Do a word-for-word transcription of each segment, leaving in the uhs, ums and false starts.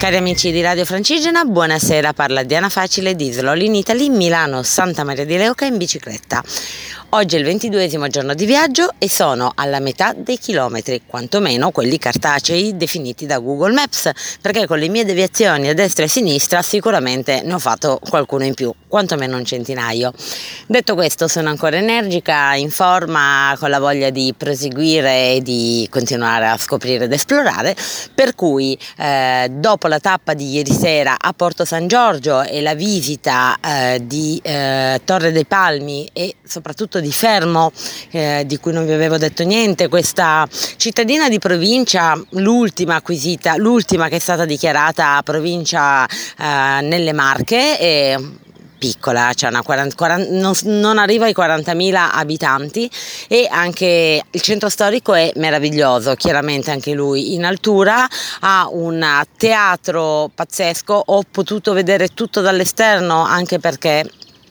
Cari amici di Radio Francigena, buonasera, parla Diana Facile di Slow in Italy, Milano Santa Maria di Leuca in bicicletta. Oggi è il ventiduesimo giorno di viaggio e sono alla metà dei chilometri, quantomeno quelli cartacei definiti da Google Maps, perché con le mie deviazioni a destra e a sinistra sicuramente ne ho fatto qualcuno in più, quantomeno un centinaio. Detto questo, sono ancora energica, in forma, con la voglia di proseguire e di continuare a scoprire ed esplorare, per cui eh, dopo la tappa di ieri sera a Porto San Giorgio e la visita eh, di eh, Torre dei Palmi e soprattutto di Fermo, eh, di cui non vi avevo detto niente, questa cittadina di provincia, l'ultima acquisita, l'ultima che è stata dichiarata provincia eh, nelle Marche, e piccola, cioè una quaranta, quaranta, non, non arriva ai quarantamila abitanti, e anche il centro storico è meraviglioso, chiaramente anche lui in altura, ha un teatro pazzesco. Ho potuto vedere tutto dall'esterno, anche perché,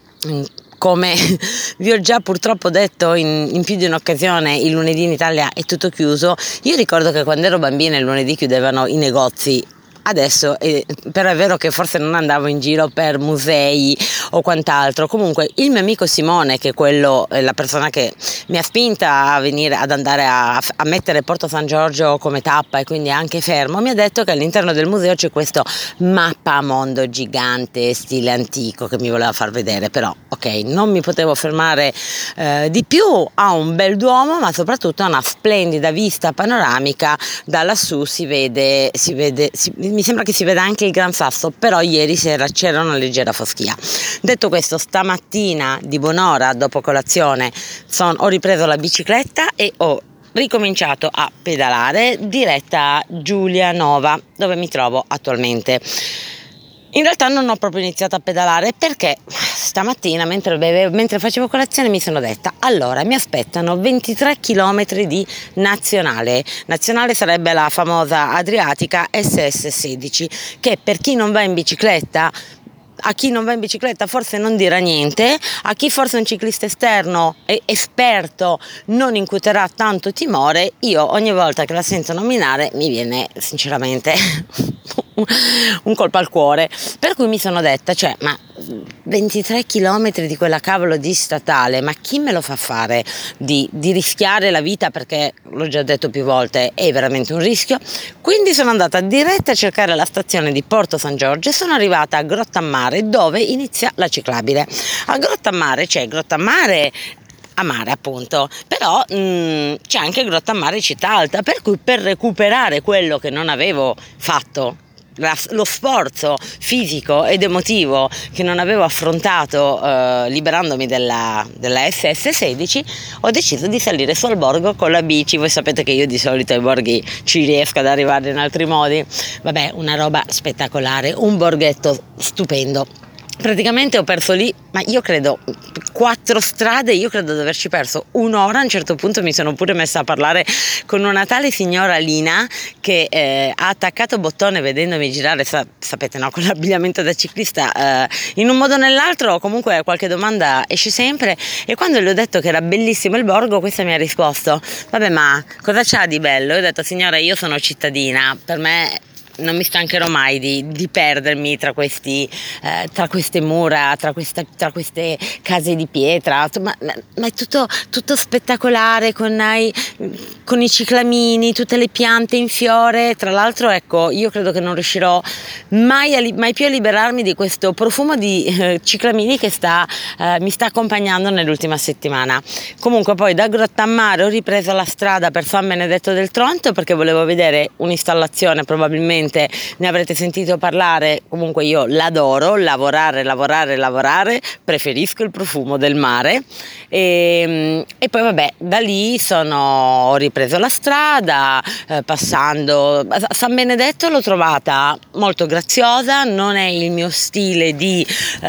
come vi ho già purtroppo detto in, in più di un'occasione, il lunedì in Italia è tutto chiuso. Io ricordo che quando ero bambina il lunedì chiudevano i negozi. Adesso, eh, però è vero che forse non andavo in giro per musei o quant'altro. Comunque il mio amico Simone, che è quello, è la persona che mi ha spinta a venire ad andare a, a mettere Porto San Giorgio come tappa e quindi anche Fermo, mi ha detto che all'interno del museo c'è questo mappamondo gigante stile antico che mi voleva far vedere, però ok, non mi potevo fermare eh, di più. Ha un bel duomo, ma soprattutto ha una splendida vista panoramica. Da lassù si vede, si vede si, mi sembra che si veda anche il Gran Sasso, però ieri sera c'era una leggera foschia. Detto questo, stamattina di buon'ora dopo colazione son, ho ripreso la bicicletta e ho ricominciato a pedalare diretta Giulianova, dove mi trovo attualmente. In realtà non ho proprio iniziato a pedalare perché stamattina mentre, bevevo, mentre facevo colazione mi sono detta: allora mi aspettano ventitré chilometri di nazionale. Nazionale sarebbe la famosa Adriatica S S sedici, che per chi non va in bicicletta, a chi non va in bicicletta forse non dirà niente, a chi forse è un ciclista esterno e esperto non incuterà tanto timore. Io ogni volta che la sento nominare mi viene sinceramente un colpo al cuore, per cui mi sono detta, cioè, ma ventitré chilometri di quella cavolo di statale, ma chi me lo fa fare di, di rischiare la vita, perché l'ho già detto più volte, è veramente un rischio. Quindi sono andata diretta a cercare la stazione di Porto San Giorgio e sono arrivata a Grottammare, dove inizia la ciclabile. A Grottammare c'è Grottammare a mare, appunto, però mh, c'è anche Grottammare Città Alta, per cui per recuperare quello che non avevo fatto, La, lo sforzo fisico ed emotivo che non avevo affrontato eh, liberandomi della, della S S sedici, ho deciso di salire sul borgo con la bici. Voi sapete che io di solito ai borghi ci riesco ad arrivare in altri modi. Vabbè, una roba spettacolare, un borghetto stupendo. Praticamente ho perso lì, ma io credo quattro strade, io credo di averci perso un'ora. A un certo punto mi sono pure messa a parlare con una tale signora Lina che eh, ha attaccato bottone vedendomi girare, sa, sapete no, con l'abbigliamento da ciclista, eh, in un modo o nell'altro comunque qualche domanda esce sempre, e quando le ho detto che era bellissimo il borgo, questa mi ha risposto: vabbè, ma cosa c'ha di bello? Io ho detto: signora, io sono cittadina, per me non mi stancherò mai di, di perdermi tra questi eh, tra queste mura, tra, questa, tra queste case di pietra, ma, ma è tutto, tutto spettacolare, con i, con i ciclamini, tutte le piante in fiore. Tra l'altro, ecco, io credo che non riuscirò mai, a, mai più a liberarmi di questo profumo di eh, ciclamini che sta, eh, mi sta accompagnando nell'ultima settimana. Comunque poi da Grottammare ho ripreso la strada per San Benedetto del Tronto, perché volevo vedere un'installazione, probabilmente ne avrete sentito parlare. Comunque io l'adoro, lavorare, lavorare, lavorare, preferisco il profumo del mare. E, e poi vabbè, da lì sono, ho ripreso la strada, eh, passando San Benedetto. L'ho trovata molto graziosa, non è il mio stile di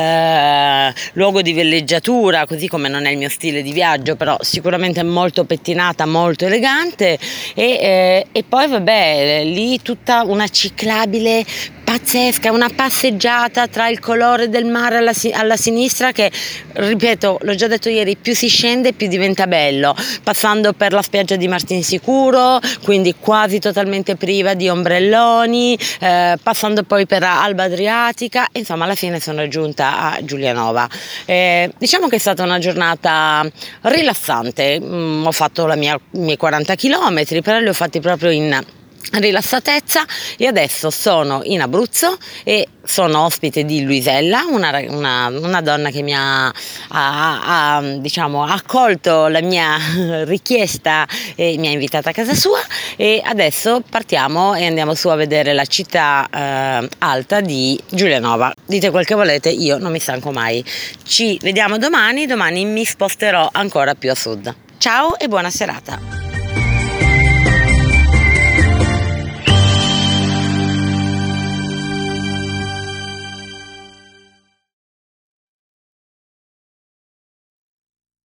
eh, luogo di villeggiatura, così come non è il mio stile di viaggio, però sicuramente molto pettinata, molto elegante. E, eh, e poi vabbè, lì tutta una città ciclabile pazzesca, una passeggiata tra il colore del mare alla, alla sinistra che, ripeto, l'ho già detto ieri, più si scende più diventa bello, passando per la spiaggia di Martinsicuro, quindi quasi totalmente priva di ombrelloni, eh, passando poi per Alba Adriatica, insomma alla fine sono giunta a Giulianova. Eh, diciamo che è stata una giornata rilassante, mm, ho fatto la mia, i miei quaranta chilometri, però li ho fatti proprio in rilassatezza e adesso sono in Abruzzo e sono ospite di Luisella, una, una, una donna che mi ha, ha, ha diciamo, accolto la mia richiesta e mi ha invitata a casa sua, e adesso partiamo e andiamo su a vedere la città eh, alta di Giulianova. Dite quel che volete, io non mi stanco mai. Ci vediamo domani, domani mi sposterò ancora più a sud. Ciao e buona serata.